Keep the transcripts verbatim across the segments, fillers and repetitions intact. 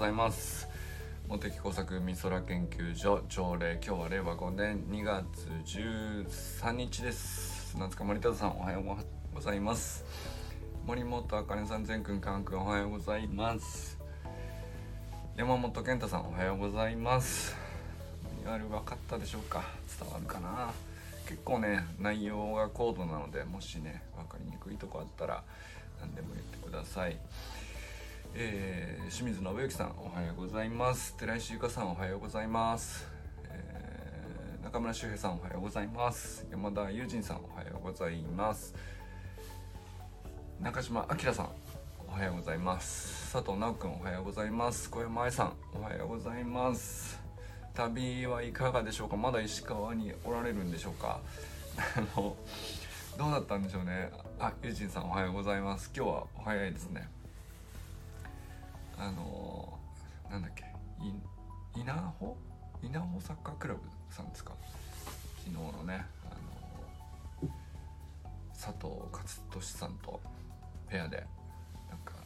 ざいます。茂木工作美空研究所朝礼、今日はれいわごねんにがつじゅうさんにちです。砂塚森田さんおはようございます。森本あかねさん、全くんかんくんおはようございます。山本健太さんおはようございます。マニュアル分かったでしょうか。伝わるかな。結構ね内容が高度なので、もしね分かりにくいとこあったら何でも言ってください。えー、清水信之さんおはようございます。寺石ゆかさんおはようございます。えー、中村修平さんおはようございます。山田友人さんおはようございます。中島明さんおはようございます。佐藤直くんおはようございます。小山愛さんおはようございます。旅はいかがでしょうか。まだ石川におられるんでしょうか。あのどうだったんでしょうね。あ、友人さんおはようございます。今日はお早いですね。あのー、なんだっけ、い稲穂稲穂サッカークラブさんですか。昨日のね、あのー、佐藤勝利さんとペアでなんか、あ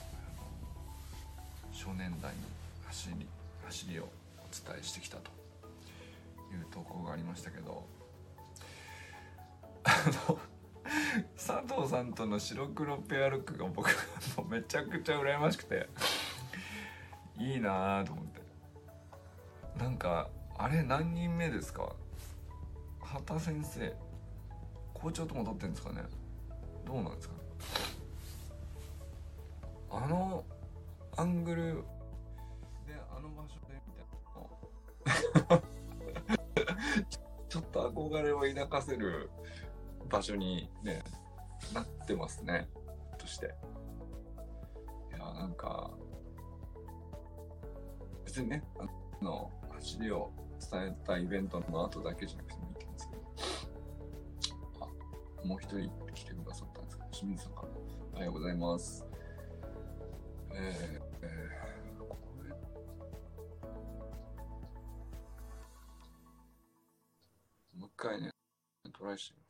のー、少年代の走り走りをお伝えしてきたという投稿がありましたけど、あの佐藤さんとの白黒ペアルックが僕もめちゃくちゃ羨ましくていいなぁと思って。なんかあれ何人目ですか。畑先生校長とも取ってるんですかね。どうなんですか。あのアングルであの場所でみたいなちょっと憧れを抱かせる場所にねなってますね。としていやなんか別にねあの走りを伝えたイベントの後だけじゃなくてもいいと思うんですけど、あ、もう一人来てくださったんですけど、清水さんからおはようございます。えーえー、これもう一回ねトライしてみます。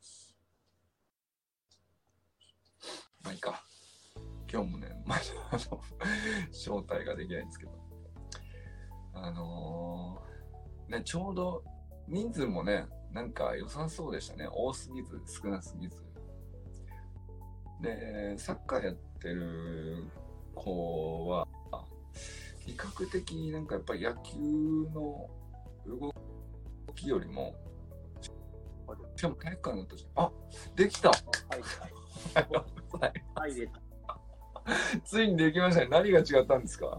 まあいいか、今日もねまだあの招待ができないんですけど、あのー、ねちょうど人数もねなんか良さそうでしたね。多すぎず少なすぎずで、サッカーやってる子は比較的なんかやっぱり野球の動きよりも、しかも体育館だったじゃん。あ、できた。はいはいはい、ついにできましたね。何が違ったんですか。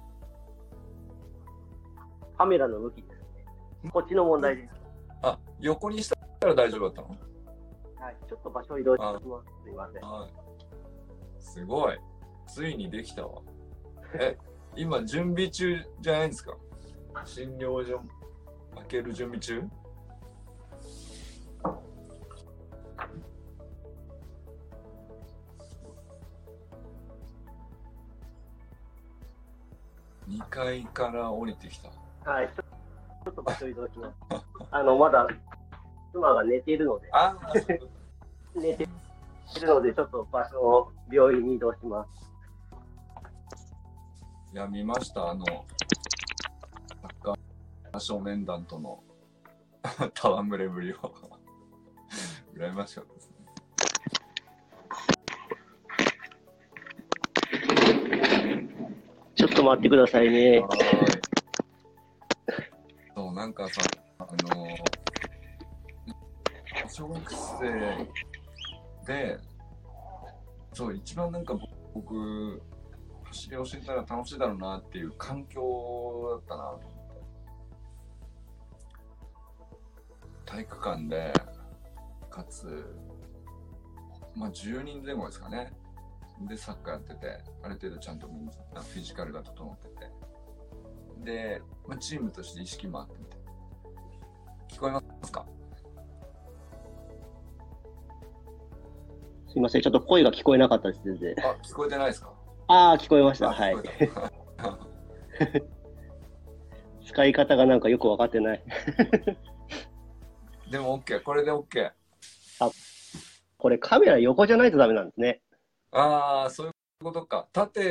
カメラの向きですね。こっちの問題です。 あ、横にしたら大丈夫だったの。 はい、ちょっと場所移動します。すいません。 はい、すごい。ついにできたわ。え、今準備中じゃないんですか。診療所開ける準備中。にかいから降りてきた。 はい、ちょっと場所移動します。あのまだ妻が寝ているので、 あ寝ているのでちょっと場所を病院に移動します。 いや見ました、あのサッカー少年団との戯れぶりを羨ましかったですね。 ちょっと待ってくださいね。 はい。そうなんかさ、あの小学生で、そう一番なんか僕走り教えたら楽しいだろうなっていう環境だったなと思って。体育館でかつまあじゅうにんぜん後ですかね。でサッカーやってて、ある程度ちゃんとフィジカルが整ってて、で、まあ、チームとして意識もあってみたいな。聞こえますか。 すいません、ちょっと声が聞こえなかったです。全然。 あ、聞こえてないですか。 ああ、聞こえました。はい。使い方がなんかよく分かってない。 でも OK、これで OK。 あ、これカメラ横じゃないとダメなんですね。 ああ、そういうことか。縦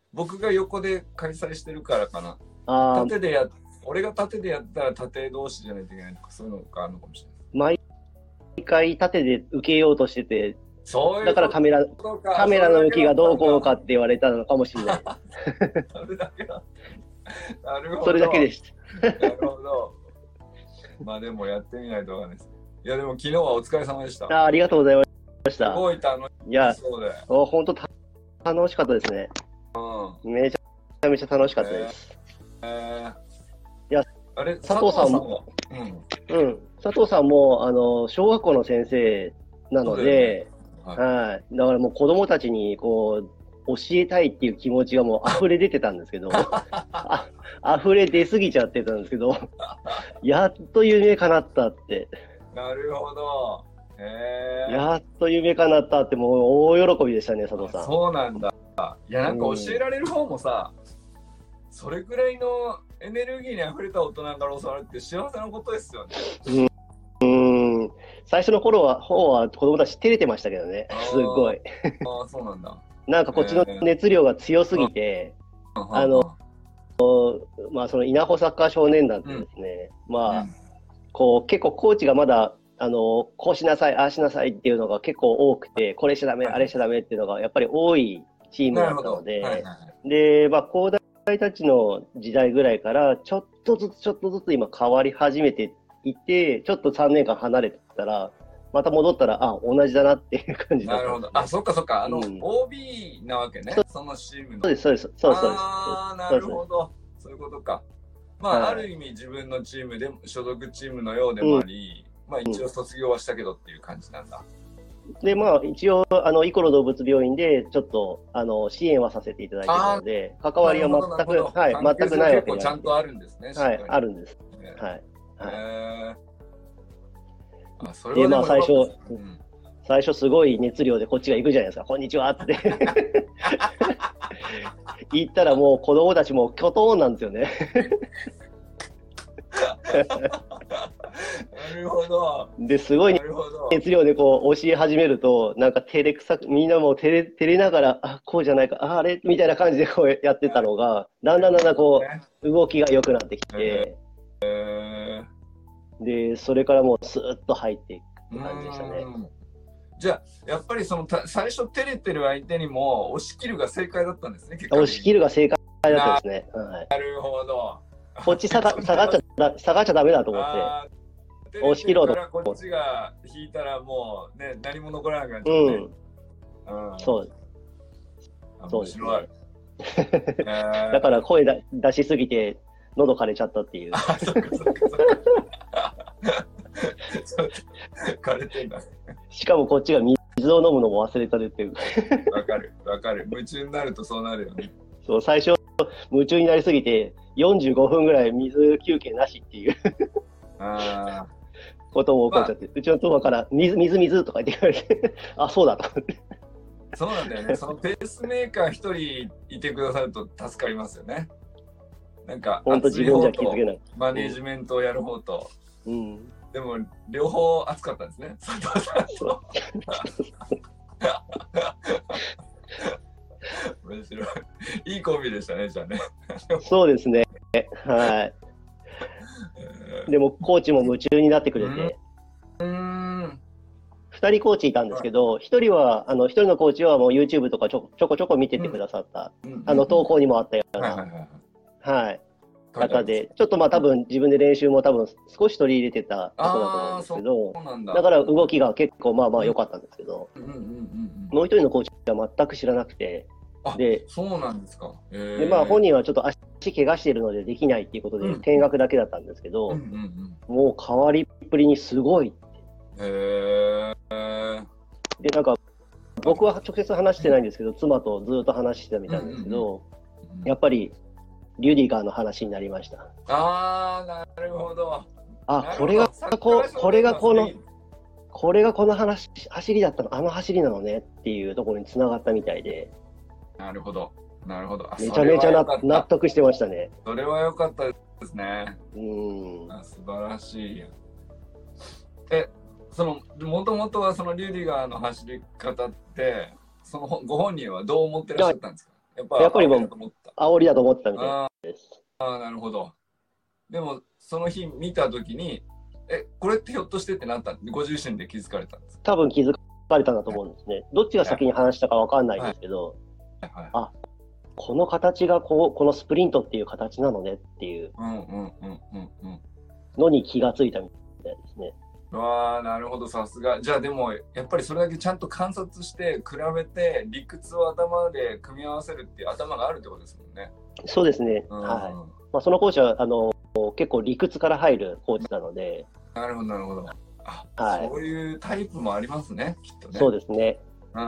僕が横で開催してるからかな。 あ縦でや、俺が縦でやったら縦同士じゃないといけないとか、そういうのがあるのかもしれない。 毎回縦で受けようとしてて、 そういうだからカメラ、カメラの向きがどうこうかって言われたのかもしれない。 それだけだ。なるほど。 それだけでした。 なるほど。まあでもやってみないとわかんないです。いやでも昨日はお疲れ様でした。 あ、ありがとうございました。 すごい楽しいや、 そうで。 本当楽しかったですね。うん。めちゃめちゃ楽しかったです。 えー、えー、 いや、 あれ佐藤さんも、うん、うん、佐藤さんもあの小学校の先生なので、はい、はい、だからもう子供たちにこう教えたいっていう気持ちがもう溢れ出てたんですけど、あ溢れ出すぎちゃってたんですけど、やっと夢叶ったって。 なるほど。へー、 やっと夢叶ったってもう大喜びでしたね、佐藤さん。 そうなんだ。いやなんか教えられる方もさ、うん、それぐらいのエネルギーに溢れた大人から教わるって幸せなことですよね。 うん、うん最初の頃は方は子供たち照れてましたけどね、すごい。 ああ、そうなんだ。 なんかこっちの熱量が強すぎて、えー、あの、まあその稲穂サッカー少年団ってですね、うん、まあ、うん、こう結構コーチがまだあのこうしなさい、ああしなさいっていうのが結構多くて、これしちゃダメ、あれしちゃダメっていうのがやっぱり多いチームだったので、はいはい、で、まあ高大たちの時代ぐらいからちょっとずつちょっとずつ今変わり始めていて、ちょっとさんねんかん離れてたら、また戻ったら、あ、同じだなっていう感じだった、ね。なるほど。 あ、そっかそっか。あの、うん、オービー なわけね。そのチームの。 そうです、そうです。そうです。そうです。 ああ、なるほど。そういうことか。まあ、はい、ある意味自分のチームで、所属チームのようでもあり、うん、まあ一応卒業はしたけどっていう感じなんだ。 で、まあ一応、あの、イコロ動物病院でちょっと、あの、支援はさせていただいているので、関わりは全く、はい、全くないわけです。 結構ちゃんとあるんですね。 はい、あるんです。ね、はい。はい。 えーあそれはでまあ最初、うん、最初すごい熱量でこっちが行くじゃないですか、こんにちはって言ったらもう子供たちもキョトーンなんですよねなるほど。 ですごい熱量でこう教え始めるとなんか照れくさくみんなも照れ照れながらあこうじゃないか あ, あれみたいな感じでこうやってたのがだんだんだんだんこう動きが良くなってきて、えーで、それからもうスーッと入っていく感じでしたね。 じゃあ、やっぱりそのた最初照れてる相手にも押し切るが正解だったんですね、結果押し切るが正解だったんですね。 はい、なるほど。 こっち下が下がっちゃ下がっちゃダメだと思って、押し切ろうと思って。 こっちが引いたらもうね、何も残らなくなっちゃって。 うん。うん、そう。 そうですね。 だから声だ出しすぎて、喉枯れちゃったっていう。 あ、そっかそっかそっか。枯れてんだ。 しかもこっちが水を飲むのも忘れたっていう。 わかるわかる。夢中になるとそうなるよね。 そう、最初夢中になりすぎてよんじゅうごふんぐらい水休憩なしっていうあことも起こっちゃって、まあ、うちの妻から水水水とか言って言われてあ、そうだと思って。 そうなんだよね。そのペースメーカー一人いてくださると助かりますよね。なんか本当自分じゃ気づけない。 マネージメントをやる方と、 うん、 でも両方熱かったんですね。佐藤さんと。面白い。いいコンビでしたね、じゃあね。 そうですね。はい。でもコーチも夢中になってくれて。うん。ふたりコーチいたんですけど、ひとりはあのひとりのコーチはもう YouTube とかちょちょこちょこ見ててくださった、うん、あの投稿にもあったような。はいはいはいはい、方で、ちょっとまあ多分自分で練習も多分少し取り入れてたとこだと思うんですけど、だ, だから動きが結構まあまあ良かったんですけど、もう一人のコーチは全く知らなくて、 で、そうなんですか。 でまあ本人はちょっと足怪我しているのでできないっていうことで見学だけだったんですけど、もう変わりっぷりにすごいって。へー。でなんか僕は直接話してないんですけど、妻とずっと話してたみたいなんですけど、やっぱりリュディガーの話になりました。 ああ、なるほど。 あ、これがここれがこのこれがこの話走りだったの、あの走りなのねっていうところに繋がったみたいで。 なるほど、なるほど。 めちゃめちゃ納得してましたね。 それは良かったですね。 うん。 あ、素晴らしい。え、そのもともとはそのリュディガーの走り方って、そのご本人はどう思ってらっしゃったんですか？ やっぱやっぱりもう煽りだと思った。 煽りだと思ってたみたいです。 ああ、なるほど。でも、その日見たときに、え、これってひょっとしてってなったんで、ご自身で気づかれたんですか？ 多分気づかれたんだと思うんですね。どっちが先に話したかわかんないんですけど、 はいはい、 あ、この形がこう、このスプリントっていう形なのねっていううんうんうんうんうん。 のに気がついたみたいですね。 わあ、なるほど、さすが。じゃあでも、やっぱりそれだけちゃんと観察して、比べて、理屈を頭で組み合わせるっていう頭があるってことですもんね。 そうですね。 うん、 はい。まあ、そのコーチは、あの、結構理屈から入るコーチなので。 なるほど、なるほど。あ、 はい、 そういうタイプもありますね、きっとね。 そうですね。 うん。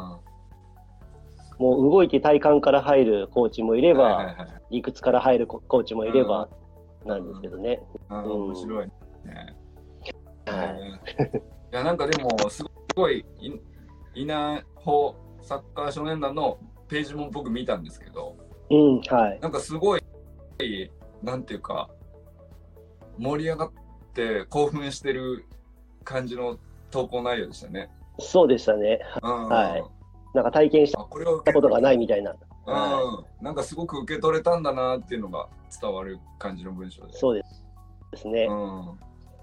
もう動いて体幹から入るコーチもいれば、はいはいはい、理屈から入るコーチもいれば、なんですけどね。 うん、うん、面白いね。 はい、 いやなんかでもすごい稲穂サッカー少年団のページも僕見たんですけど、 うんはい、 なんかすごいなんていうか盛り上がって興奮してる感じの投稿内容でしたね。 そうでしたね。はい。なんか体験したことがないみたいな。 うん、はい、なんかすごく受け取れたんだなっていうのが伝わる感じの文章で。 そうですね。 うん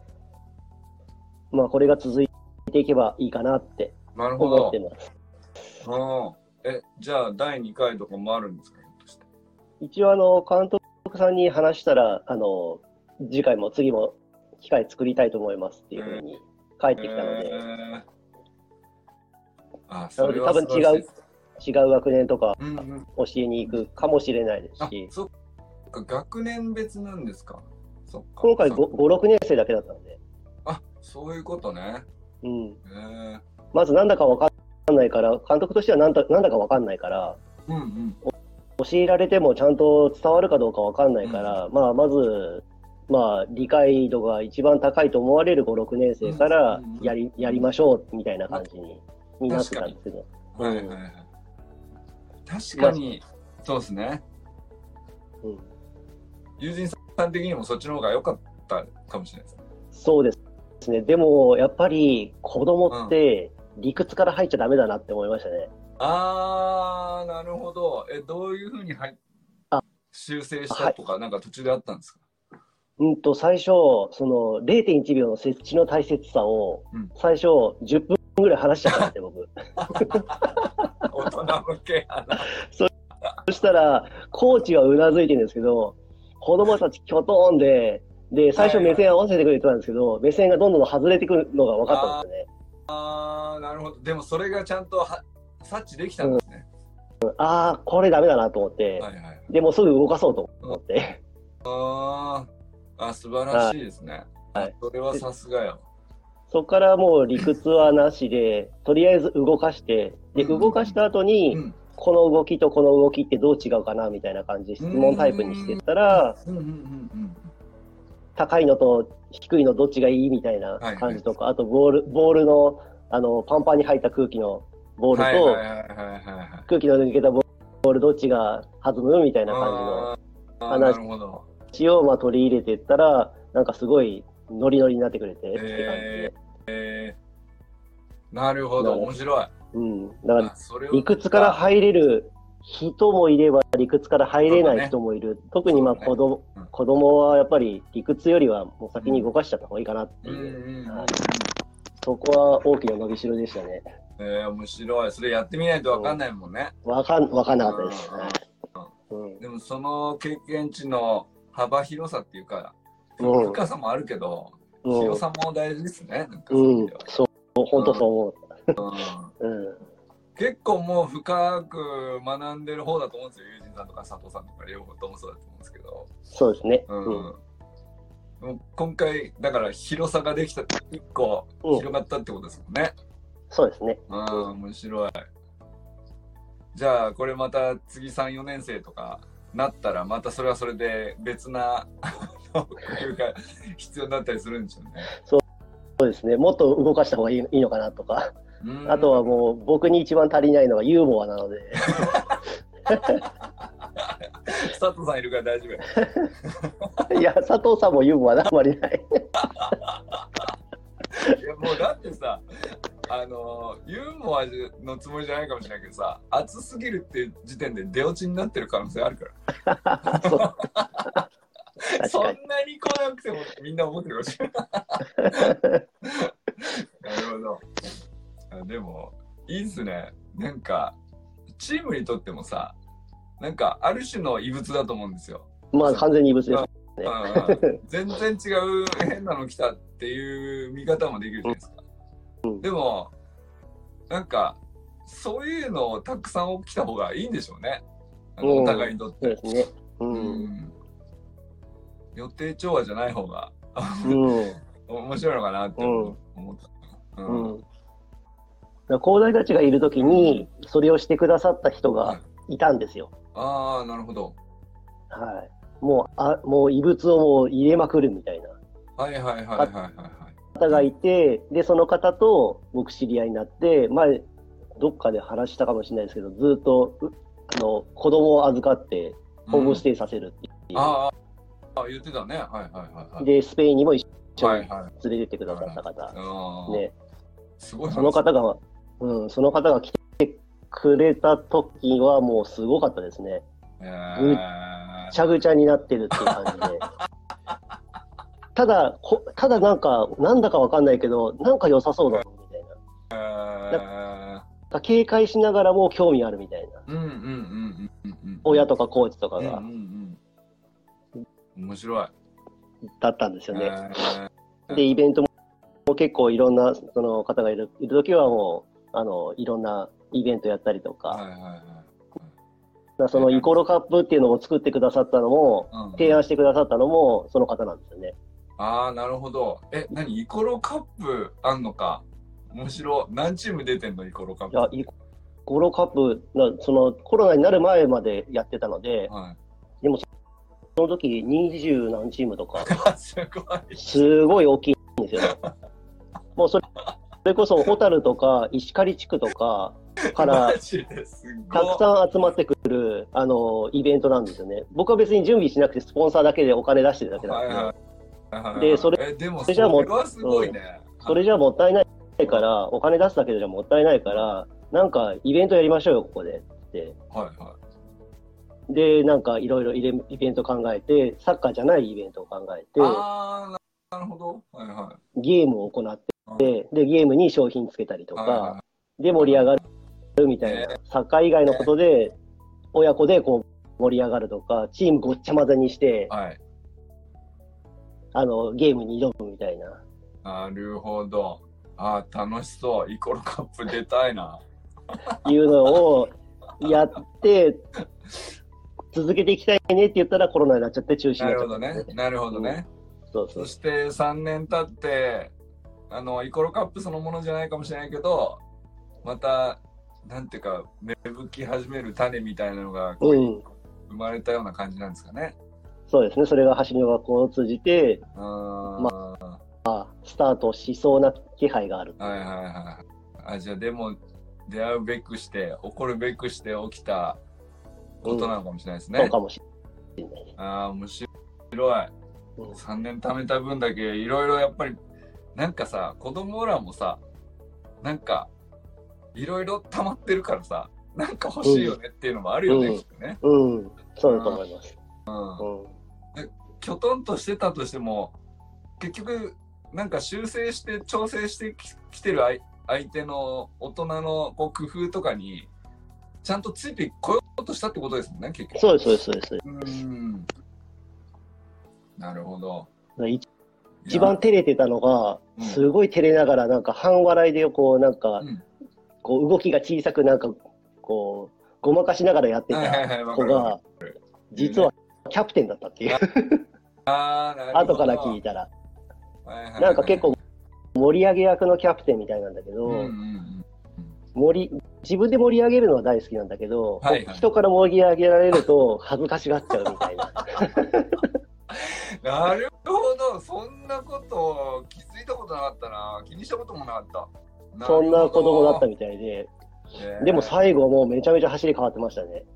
まあこれが続いていけばいいかなって思ってます。 あえじゃあだいにかいとかもあるんですか？ 一応あの監督さんに話したらあの次回も次も機会作りたいと思いますっていうふうに返ってきたので、えー、 あそれなので多分違う違う学年とか教えに行くかもしれないですし、 うんうん、そっか学年別なんですか？そっか今回ご、ろくねん生だけだったので。 あ、そういうことね。 うん。えー、まずなんだかわかんないから、監督としてはなんだなんだかわかんないから、 うんうん、 教えられてもちゃんと伝わるかどうかわかんないから、うん、まあまず、まあ理解度が一番高いと思われるご、ろくねん生からやり、やりましょうみたいな感じに、になってたんですけど。 はいはいはい。確かに、まあ、そうですね。うん。友人さん的にもそっちの方が良かったかもしれないですね。 そうですね。でもやっぱり子供って理屈から入っちゃダメだなって思いましたね。うん、 あー、なるほど。え、どういうふうに入修正したとか、はい、なんか途中であったんですか？ うんと最初その れいてんいち 秒の設置の大切さを最初じゅっぷんぐらい話しちゃったんですよ、僕。 大人向けやな。 そ, そしたらコーチはうなずいてるんですけど、子供たちキョトーンでで最初目線合わせてくれてたんですけど、はいはい、目線がどんどん外れてくるのが分かったんですよね。 ああなるほど。でもそれがちゃんとは察知できたんですね。 うん、ああこれダメだなと思って、はいはい、でもすぐ動かそうと思って。 うん、ああ素晴らしいですね。はい、それはさすがよ。 そこからもう理屈はなしで、とりあえず動かして、で、動かした後に、うん、この動きとこの動きってどう違うかなみたいな感じで質問タイプにしてったら、高いのと低いのどっちがいいみたいな感じとか、はいはい、あとボール、ボールの、あの、パンパンに入った空気のボールと、空気の抜けたボールどっちが弾むみたいな感じの話をまあ取り入れていったら、なんかすごい、ノリノリになってくれてって感じで、 えー、なるほど面白い。 うん、だから理屈から入れる人もいれば理屈から入れない人もいる、ね、特にまあ子供、ねうん、子供はやっぱり理屈よりはもう先に動かしちゃった方がいいかなっていう、うんはい、そこは大きな伸びしろでしたね。 えー、面白い。それやってみないと分かんないもんね。 分かん、分かんなかったです、 うん、でもその経験値の幅広さっていうか深さもあるけど、うん、広さも大事ですね。なんかそういう意味では。 そう、本当そう思う。 うんうん、結構もう深く学んでる方だと思うんですよ。友人さんとか佐藤さんとか両方ともそうだと思うんですけど。 そうですね。 うんうん、でも今回だから広さができた、一個広がったってことですもんね。 うん、そうですね。 うん、面白い。じゃあこれまた次さん、よねん生とかなったらまたそれはそれで別な工夫が必要になったりするんでしょうね。 そう、そうですね。もっと動かした方がいい、いいのかなとか。あとはもう僕に一番足りないのがユーモアなので。 佐藤さんいるから大丈夫。いや佐藤さんもユーモアあんまりない。 いやもうだってさ、 あのユーモアのつもりじゃないかもしれないけどさ、熱すぎるっていう時点で出落ちになってる可能性あるからそうそんなに来なくてもみんな思ってるかもしれないなるほど。あでもいいっすね。なんかチームにとってもさ、なんかある種の異物だと思うんですよ。 まあ完全に異物ですね。 全然違う変なの来たっていう見方もできるじゃないですか、うん、でもなんかそういうのをたくさん起きた方がいいんでしょうね、あのお互いにとって、 そうですね、うんうん、予定調和じゃない方が、うん、面白いのかなって思った、うんうん、 だ高大たちがいるときにそれをしてくださった人がいたんですよ、 はい、ああなるほど、 はい、もうあもう異物をもう入れまくるみたいなはいはいはいはいはいはい方がいて、でその方と僕知り合いになって、前どっかで話したかもしれないですけど、ずっとあの子供を預かってホームステイさせるっていう、うん、 ああ言ってたね、はいはいはいはい、 でスペインにも一緒に連れてってくださった方、はいはいね、 すごい話。 その方が、うん、その方が来てくれた時はもうすごかったですね。ぐっちゃぐちゃになってるっていう感じで。ただ、ただなんか、なんだかわかんないけど、なんか良さそうだぞみたいな。なんか警戒しながらも興味あるみたいな。親とかコーチとかが。うんうんうん、面白い。 だったんですよね。で、イベントも結構いろんなその方がいるいるときはもう、あの、いろんなイベントやったりとか。はいはいはいそのイコロカップっていうのを作ってくださったのも、うんうん、提案してくださったのもその方なんですよね。 ああなるほど。え、何イコロカップあんのか。面白い。何チーム出てんのイコロカップ。 いやイコロカップのそのコロナになる前までやってたので、はい、でもその時にじゅう何チームとかすごいすごい大きいんですよね。もうそれそれこそ小樽とか石狩地区とかからたくさん集まってくるあのイベントなんですよね。僕は別に準備しなくてスポンサーだけでお金出してるだけなんですよ。はいはいはい、でそれえでもそれじゃもすごいね、 うん。それじゃもったいないからお金出すだけじゃもったいないからなんかイベントやりましょうよここでって。はいはい、でなんかいろいろイベント考えてサッカーじゃないイベントを考えて。 あなるほど、はいはい、 ゲームを行ってでゲームに商品つけたりとか、はいはい、で盛り上がるみたいな、サッカー以外のことで親子でこう盛り上がるとかチームごっちゃ混ぜにして、はい、あのゲームに挑むみたいな。 なるほど。あ楽しそう。イコロカップ出たいないうのをやって続けていきたいねって言ったらコロナになっちゃって中止になっちゃった、 ね、なるほどねなるほどね、うん、そうそう。そしてさんねん経ってあのイコロカップそのものじゃないかもしれないけどまたなんていうか芽吹き始める種みたいなのがこう、うん、生まれたような感じなんですかね。 そうですね。それが走りの学校を通じてあ、まあ、スタートしそうな気配がある。 はいはいはい。あじゃあでも出会うべくして起こるべくして起きたことなのかもしれないですね。 うん、そうかもしれない。 ああ面白い、うん。さんねん貯めた分だけいろいろやっぱりなんかさ子供らもさなんかいろいろ溜まってるからさなんか欲しいよねっていうのもあるよね、うん、きっとね。 うん、そうだと思います。うんうん、できょとんとしてたとしても結局なんか修正して調整してきてる相手の大人のこう工夫とかにちゃんとついてこようとしたってことですもんね結局。 そうですそうですそうです。 うんなるほど。 一番照れてたのが、うん、すごい照れながらなんか半笑いでこうなんか、うん、こう動きが小さくなんかこうごまかしながらやってた子が実はキャプテンだったっていうあー後から聞いたらなんか結構盛り上げ役のキャプテンみたいなんだけど、うんうんうん、盛り自分で盛り上げるのは大好きなんだけど、はいはい、人から盛り上げられると恥ずかしがっちゃうみたいななるほど。そんなこと気づいたことなかったな。気にしたこともなかった。 そんな子供だったみたいで、でも最後もうめちゃめちゃ走り変わってましたね。へ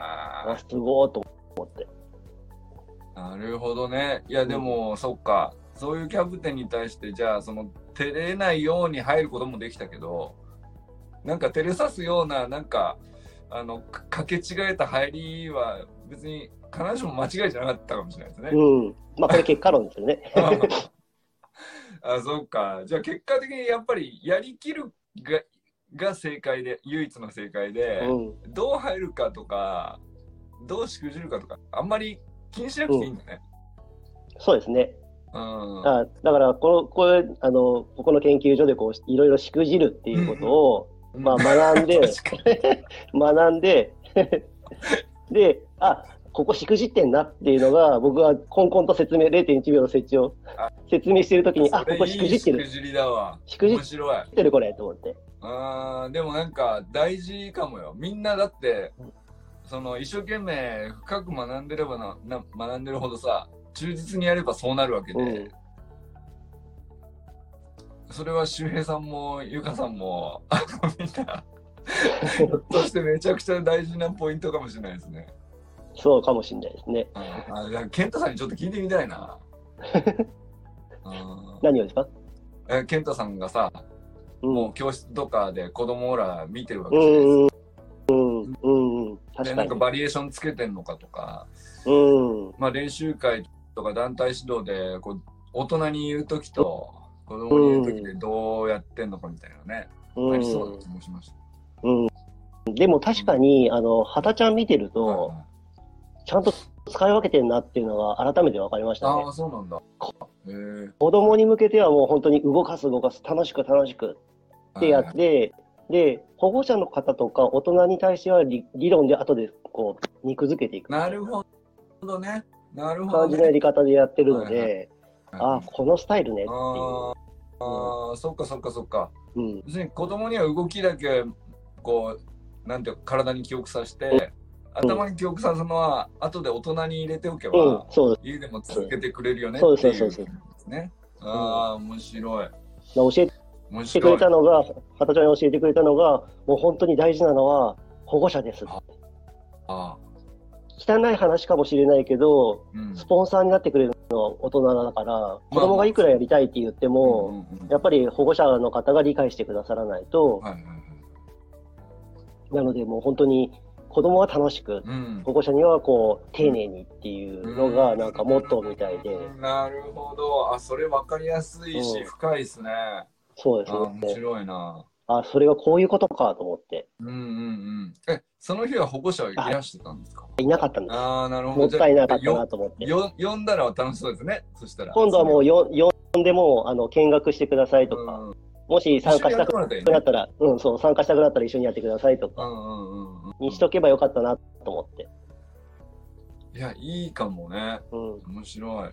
あすごーと思って。 なるほどね。いやでも、うん、そっかそういうキャプテンに対してじゃあその照れないように入ることもできたけど、なんか照れさすようななんかあのかけ違えた入りは別に必ずしも間違いじゃなかったかもしれないですね。 うん。まあこれ結果論ですよね。 あ、そうか。じゃあ結果的にやっぱりやりきるがが正解で、唯一の正解で、うん、どう入るかとかどうしくじるかとかあんまり気にしなくていいんだね。 うん、そうですね。 うん、 あだからこのこれあのここの研究所でこういろいろしくじるっていうことを、うん、まあ学んで学んでで、あ、ここしくじってんなっていうのが僕はコンコンと説明 れいてんいちびょうの設置を説明してるときに、あ、ここしくじってる。 しくじりだわ。 しくじってるこれと思って。 あでもなんか大事かもよ。みんなだってその一生懸命深く学んでればなな学んでるほどさ、忠実にやればそうなるわけで、うん、それは周平さんもゆかさんもみんなひょっとしてめちゃくちゃ大事なポイントかもしれないですね。 そうかもしれないですね。 ああ、健太さんにちょっと聞いてみたいな。 何をですか？ え、健太さんがさ、うん、もう教室とかで子供ら見てるわけじゃないですか。 うんうんうんうん。確かに。 なんかバリエーションつけてんのかとか、 うん、 まあ練習会とか団体指導でこう大人に言うときと子供に言うときでどうやってんのかみたいなね、うん、ありそうな気もしました。 うん。でも確かに、うん、あの畑ちゃん見てると、はいはい、ちゃんと使い分けてんなっていうのが改めて分かりましたね。 ああ、そうなんだ。へ子供に向けてはもう本当に動かす動かす楽しく楽しくってやって、はいはい、で保護者の方とか大人に対しては 理, 理論で後でこう肉付けていく。 なるほどね。なるほどね。 感じのやり方でやってるので、はいはいはい、ああこのスタイルねっていう。ああ、うん、そっかそっかそっか。 うん、 要するに子供には動きだけこうなんていうか体に記憶させて。うん、頭に記憶さすのは後で大人に入れておけば、うん、そう家でも続けてくれるよねっていうですね。ああ、面白い。 教えてくれたのが、畑ちゃんに教えてくれたのが、もう本当に大事なのは保護者です。ああ、汚い話かもしれないけど、うん、スポンサーになってくれるのは大人だから、子供がいくらやりたいって言っても、まあまあ、やっぱり保護者の方が理解してくださらないと、はいはいはい、なのでもう本当に子供は楽しく、うん、保護者にはこう丁寧にっていうのがなんかモットーみたいで、 うん、なるほど。あ、それ分かりやすいし、うん、深いですね。 そうですね。 面白いな。 あ、それがこういうことかと思って。 うんうんうん。え、その日は保護者はいらしてたんですか？ いなかったんです。 ああ、なるほど。 もったいなかったなと思って。 よ呼んだらは楽しそうですね。そしたら。 今度はもうよ呼んでもあの見学してくださいとか。うん、もし参加したくなったら、うん、そう、参加したくなったら一緒にやってくださいとか、にしとけばよかったなと思って。 いや、いいかもね。うん。面白い。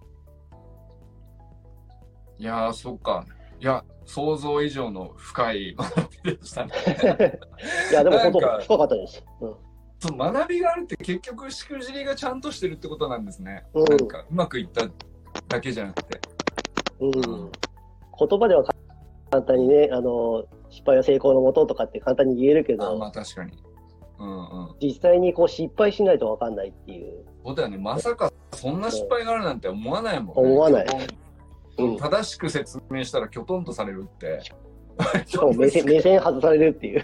いやー、そっか。いや、想像以上の深い学びでしたね。 いや、でも本当深かったです。うん、 そう、学びがあるって結局しくじりがちゃんとしてるってことなんですね。うん、なんかうまくいっただけじゃなくて。 うん。うん、言葉では簡単にね、あの失敗は成功のもととかって簡単に言えるけど、 あ、まあ確かに、うんうん、 実際にこう失敗しないと分かんないっていう。 そうだよね。まさかそんな失敗があるなんて思わないもんね。 思わない。 うん、正しく説明したらきょとんとされるって。 しかも目線、目線外されるっていう。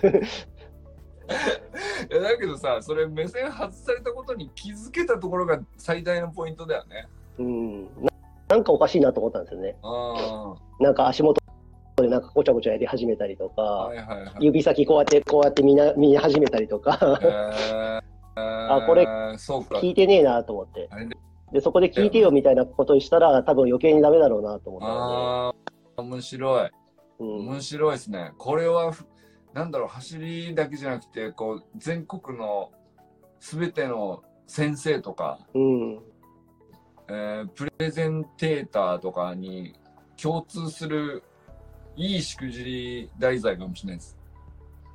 いやだけどさ、それ目線外されたことに気づけたところが最大のポイントだよね。 うん。な, なんかおかしいなと思ったんですよね。あなんか足元でなんかごちゃごちゃやり始めたりとか、はいはいはい、指先こうやってこうやって見な見始めたりとか、えー、あこれ聞いてねえなと思って、でそこで聞いてよみたいなことにしたら多分余計にダメだろうなと思ったので。 あ、面白い、うん、面白いですね。これはなんだろう、走りだけじゃなくてこう全国のすべての先生とか、うんえー、プレゼンテーターとかに共通するいいしくじり題材かもしれないです。うん。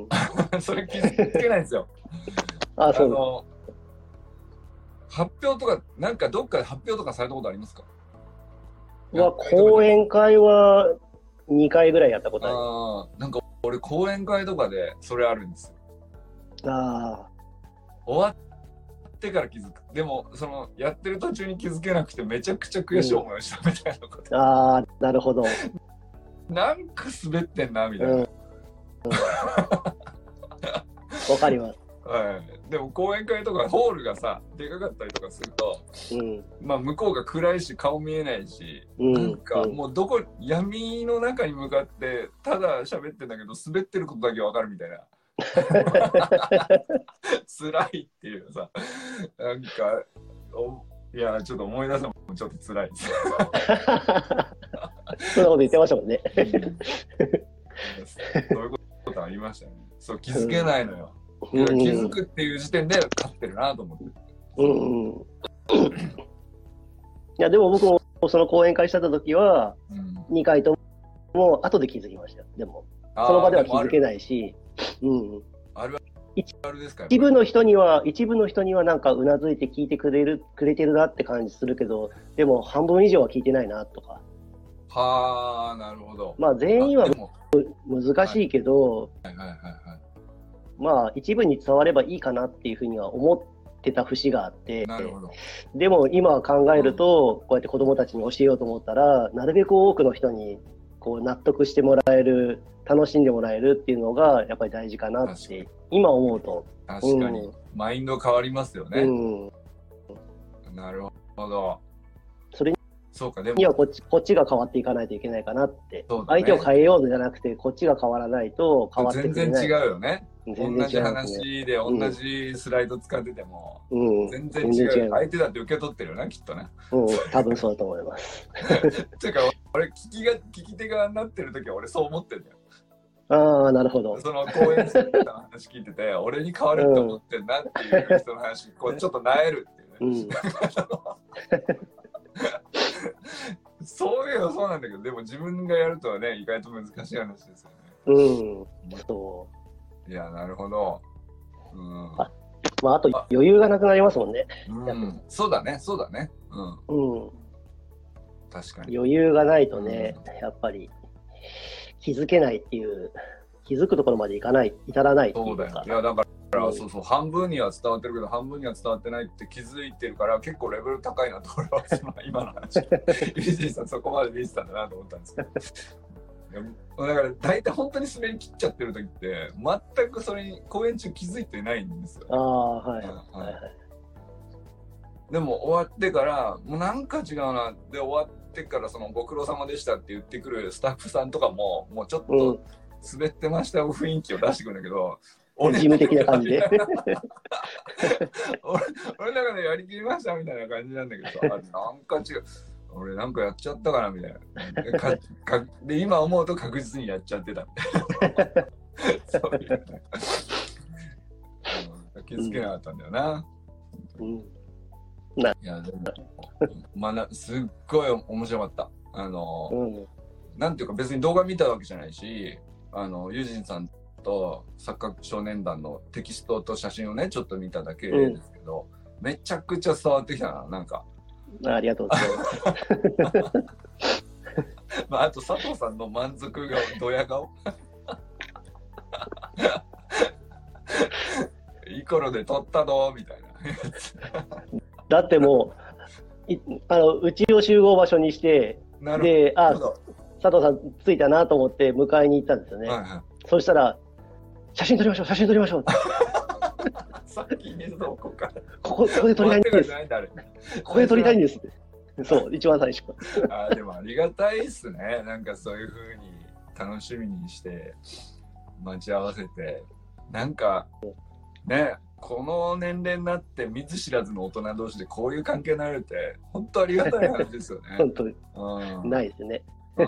それ気づけないんですよ。 あ、そう。あの発表とかなんかどっかで発表とかされたことありますか？ は講演会はにかいぐらいやったことある。ああ、なんか俺講演会とかでそれあるんですよ。 ああ。 終わっってから気づく。でもそのやってる途中に気づけなくてめちゃくちゃ悔しい思いをしたみたいなこと、 うん、ああなるほど。 なんか滑ってんなみたいな、うんうん、 わかります。 はい、でも講演会とかホールがさでかかったりとかすると、うん、まあ向こうが暗いし顔見えないし、うん、なんかもうどこ闇の中に向かってただ喋ってんだけど滑ってることだけわかるみたいな辛いっていうさ、なんかいやちょっと思い出すのもちょっと辛いですそんなこと言ってましたもんねそういうことありましたね。そう気づけないのよ、うん、気づくっていう時点で勝ってるなと思って、うんうん、いやでも僕もその講演会した時は、うん、にかいとも後で気づきましたよ。でもその場では気づけないし、うん、 あるあるですか。 一部の人には一部の人にはなんかうなずいて聞いてくれるくれてるなって感じするけど、でも半分以上は聞いてないなとか。 はあ、なるほど。 まあ全員は難しいけど、はいはいはいはい、まあ一部に伝わればいいかなっていうふうには思ってた節があって、なるほど。でも今は考えると、うん、こうやって子どもたちに教えようと思ったら、なるべく多くの人にこう納得してもらえる、楽しんでもらえるっていうのがやっぱり大事かなって今思うと。 確かに、うん、マインド変わりますよね、うん、なるほど。 それそうか、でもにはこっち、こっちが変わっていかないといけないかなって、ね、相手を変えようじゃなくてこっちが変わらないと変わってくれない。 全然違うよね。全然違う、ね、同じ話で同じスライド使ってても、うん、全然違う、全然違う。相手だって受け取ってるよなきっとね、うん、 多分そうだと思いますていうか俺聞きが聞き手側になってる時は俺そう思ってんだよ。 ああ、なるほど。 その講演者の話聞いてて俺に変わるって思ってんなっていう人の話、うん、こうちょっとなえるっていうね、うん、そういうのそうなんだけど、でも自分がやるとはね意外と難しい話ですよね。うん、そう。いや、なるほど。うん、 あ、まあ、あと余裕がなくなりますもんね。 うん、そうだね、そうだね。うん。うん、確かに。 余裕がないとね、うん、やっぱり気づけないっていう、気づくところまでいかない、至らないっていうか。そうだよ。 いや、だから、うん、そうそう、半分には伝わってるけど、半分には伝わってないって気づいてるから、結構レベル高いなと俺はその今の話。ユージーさんそこまで見てたんだなと思ったんですけど。だから大体本当に滑り切っちゃってる時って全くそれに公演中気づいてないんですよ。 ああ、はい、はいはいはい。 でも終わってからもうなんか違うなで終わってからそのご苦労様でしたって言ってくるスタッフさんとかももうちょっと滑ってました雰囲気を出してくるんだけど、 うん、事務的な感じで俺, 俺の中でやりきりましたみたいな感じなんだけどさ、なんか違う。俺なんかやっちゃったかなみたいなかかで今思うと確実にやっちゃってたみたいなそういう、ね、うん、気づけなかったんだよな、うんうん、いやでも、まあ、すっごい面白かった。あの、うん、なんていうか別に動画見たわけじゃないし、あのユージンさんとサッカー少年団のテキストと写真をねちょっと見ただけですけど、うん、めちゃくちゃ伝わってきたな。なんかありがとうございますまあ、あと佐藤さんの満足顔、ドヤ顔いい頃で撮ったのみたいなだってもういあのうちを集合場所にしてで、あ、佐藤さん着いたなと思って迎えに行ったんですよね、はいはい、そしたら写真撮りましょう写真撮りましょうさっきね、ここからここ、ここで撮りたいんです。ここで撮りたいんです。そう、一番最初。 あ、でもありがたいっすね。なんかそういう風に楽しみにして待ち合わせて、なんかね、この年齢になって見ず知らずの大人同士でこういう関係になるって本当ありがたい話ですよね。 本当に、うん、ないですね。うん、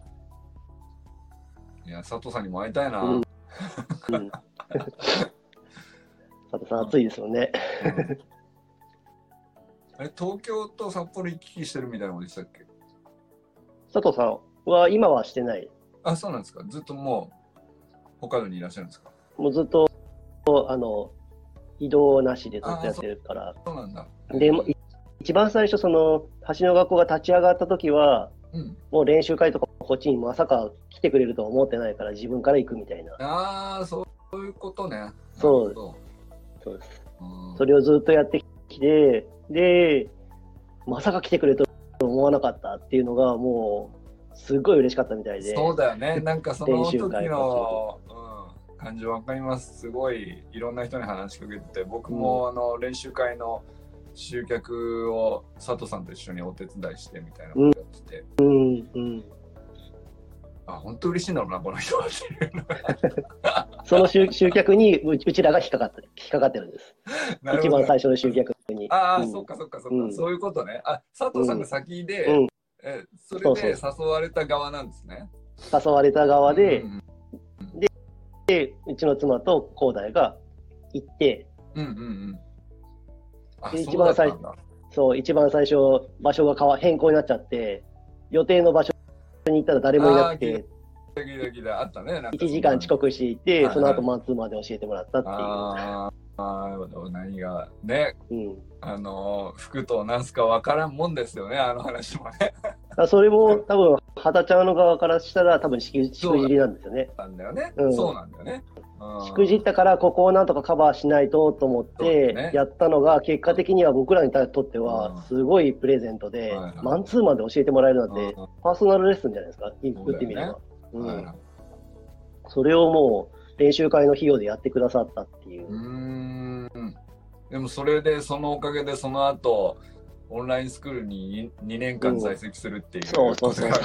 いや、佐藤さんにも会いたいな。うんうん佐藤さん暑いですよね、うん、 あれ東京と札幌行き来してるみたいなことでしたっけ？ 佐藤さんは今はしてない。 あ、そうなんですか。ずっともう北海道にいらっしゃるんですか？ もうずっとあの移動なしでずっとやってるから。 そうなんだ。 で一番最初その橋の学校が立ち上がった時は、うん、もう練習会とかこっちにまさか来てくれるとは思ってないから自分から行くみたいな。 ああ、そういうことね。 そうそうです。 うん、 それをずっとやってきて、で、まさか来てくれると思わなかったっていうのが、もう、すっごい嬉しかったみたいで。 そうだよね。なんかその時練習会の、うん、感じわかります。すごいいろんな人に話しかけてて、僕も、うん、あの練習会の集客を佐藤さんと一緒にお手伝いしてみたいなことやってて、 うんうんうん、 あ、本当嬉しいんだろうなこの人はっていうのがその 集, 集客にうちらが引っかかって引っかかってるんです。一番最初の集客に。 ああ、 うん、 そっかそっかそっか、うん、そういうことね。あ、佐藤さんが先で、 うん、 えそれで誘われた側なんですね。 誘われた側で、うんうん、で, でうちの妻と広大が行って、 うんうんうん、あ、 で一番最初そう一番最初場所が変わ変更になっちゃって、予定の場所に行ったら誰もいなくて、 あったね、 いちじかん遅刻していて、はいはい、その後マンツーマンで教えてもらったっていう。 ああ、何がね、 うん、 あの服となすか分からんもんですよね、あの話もね。 それも多分肌ちゃんの側からしたら多分しくじりなんですよね。 そうなんだよね。うん、そうなんだよね。 しくじったからここをなんとかカバーしないとと思ってやったのが、結果的には僕らにとってはすごいプレゼントで、マンツーマンで教えてもらえるなんてパーソナルレッスンじゃないですか、言ってみれば。うん、それをもう練習会の費用でやってくださったっていう。 うーん、でもそれでそのおかげでその後オンラインスクールににねんかん在籍するっていう、 うん、そうそうそう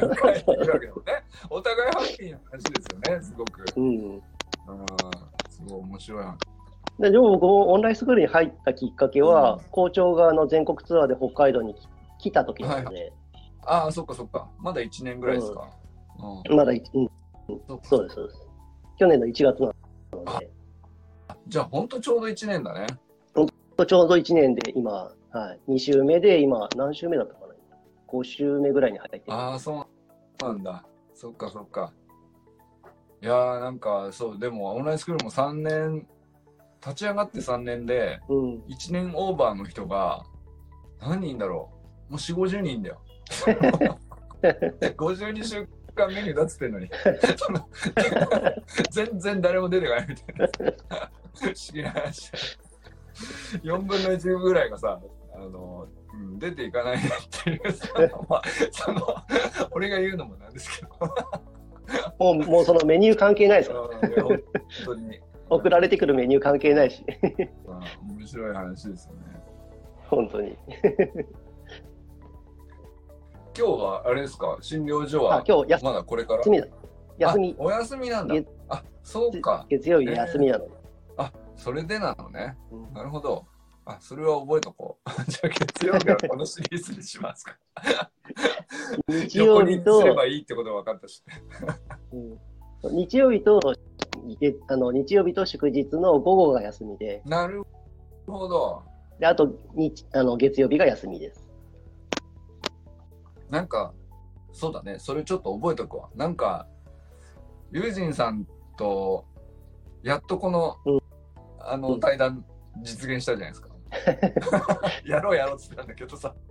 お互いハッピーな話ですよね、すごく。 うん、 あ、すごい面白い。 で, でも僕もオンラインスクールに入ったきっかけは、うん、校長があの全国ツアーで北海道に来た時なので、はい、 ああ、そっかそっか、まだいちねんぐらいですか。 うん、まだいち、うん、そうですそうです。去年のいちがつなので、 じゃあ本当ちょうどいちねんだね。 本当ちょうどいちねんで今、はい、に週目で今何週目だったかな、ご週目ぐらいに入ってる。 ああ、そうなんだ、そっかそっか。いやー、なんかそう、でもオンラインスクールもさんねん立ち上がってさんねんで、うん、いちねんオーバーの人が何人だろう、もうよんじゅう、ごじゅうにんだよ。ごじゅうにしゅうかんメニューだっつってんのに全然誰も出てこないみたいな不思議な話。よんぶんのいちぐらいがさ、あの、うん、出ていかないっていうさ、まあ、その俺が言うのもなんですけどもう、もうそのメニュー関係ないですから本当に送られてくるメニュー関係ないし面白い話ですよね、 本当に今日はあれですか、診療所は今日まだこれから休みだ。休み。 お休みなんだ。あ、そうか。 月曜日休みなの、えー、 あ、それでなのね、うん、なるほど。あ、それは覚えとこうじゃあ月曜日はこのシリーズにしますか日曜日と横にすればいいってことが分かったし、 うん、日曜日とあの日曜日と祝日の午後が休みで。 なるほど。 で、あと日あの月曜日が休みです。 なんかそうだね、それちょっと覚えとくわ。なんかユージンさんとやっとこの、うん、あの対談実現したじゃないですか、うん、やろうやろうって言ったんだけどさ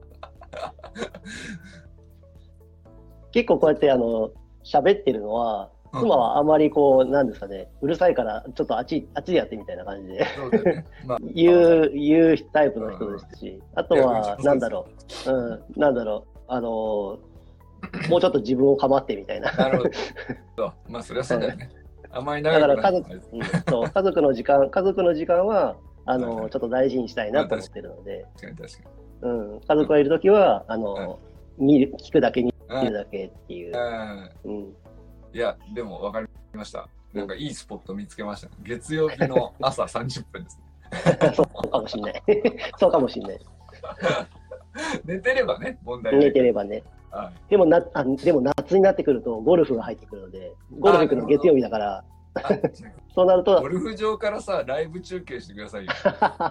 結構こうやってあの喋ってるのは、うん、妻はあまりこうなんですかね、うるさいからちょっとあっちあっちでやってみたいな感じでそうだよね、まあ、言う言うタイプの人ですし、あとはなんだろう、うん、なんだろう、あのー、もうちょっと自分を構ってみたいな。 なるほど。まあそりゃそうだよね。あまり長くない。だから家族、うん、そう家族の時間、家族の時間はあのーはいはい、ちょっと大事にしたいなと思ってるので。 確かに確かに。うん、家族がいるときはあのーはい、見る聞くだけ見るだけっていう。うん、 いやでも分かりました。なんかいいスポット見つけました。月曜日の朝さんじゅっぷんですね。そうかもしれない。そうかもしれない。 寝てればね、問題ない。 寝てればね。はい、でもなあでも夏になってくるとゴルフが入ってくるので、ゴルフ行くの月曜日だからそうなるとゴルフ場からさライブ中継してくださいよ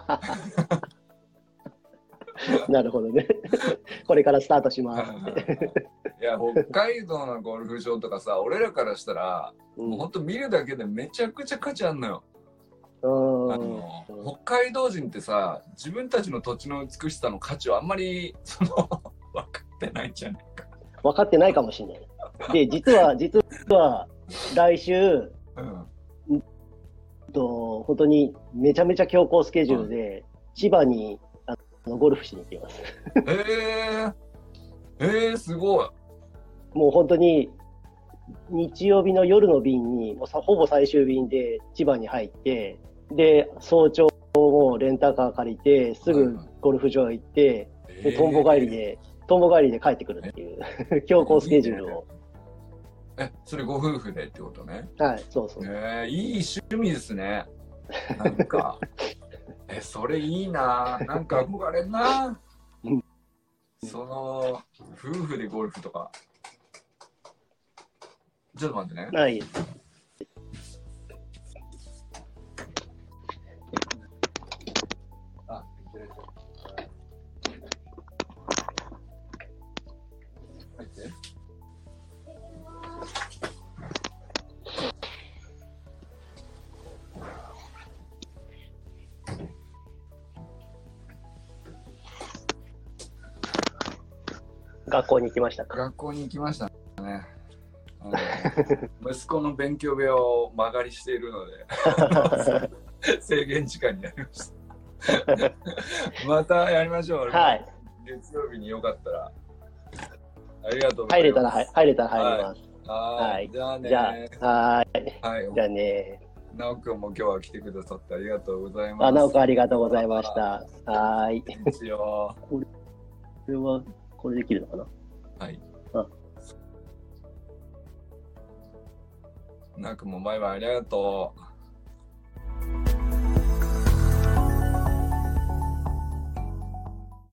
なるほどねこれからスタートしますいや北海道のゴルフ場とかさ、俺らからしたら、うん、もうほんと見るだけでめちゃくちゃ価値あんのよ。あの北海道人ってさ、自分たちの土地の美しさの価値をあんまりその分かってないんじゃないか。 分かってないかもしれない。で、実は実は来週、うん、 と、本当にめちゃめちゃ強行スケジュールで、千葉にあのゴルフしに行っています。 えー、えー、すごい。 もう本当に日曜日の夜の便に、もうさほぼ最終便で千葉に入って、で、早朝もレンタカー借りて、すぐゴルフ場行って、で、とんぼ帰りで、とんぼ帰りで帰ってくるっていう強行スケジュールを。 え、それご夫婦でってことね。 はい、そうそう。 えー、いい趣味ですね。なんか、え、それいいな。なんか憧れんな。その、夫婦でゴルフとか。ちょっと待ってね。 はい。 あ、入って。 学校に行きましたか？ 学校に行きましたね。あの息子の勉強部屋を間借りしているので制限時間になりましたまたやりましょう。 はい。 月曜日によかったら。ありがとうござ入れいます。 たら入入れたら入ります。 はい。 はい。 じゃあね。 じゃあ、はい。 はい。 じゃあね。 なおくんも今日は来てくださってありがとうございます。 あ、なおくんありがとうございました。はい。 一応。 これは、これできるのかな？ はい。 あ、 なおくんもバイバイありがとう。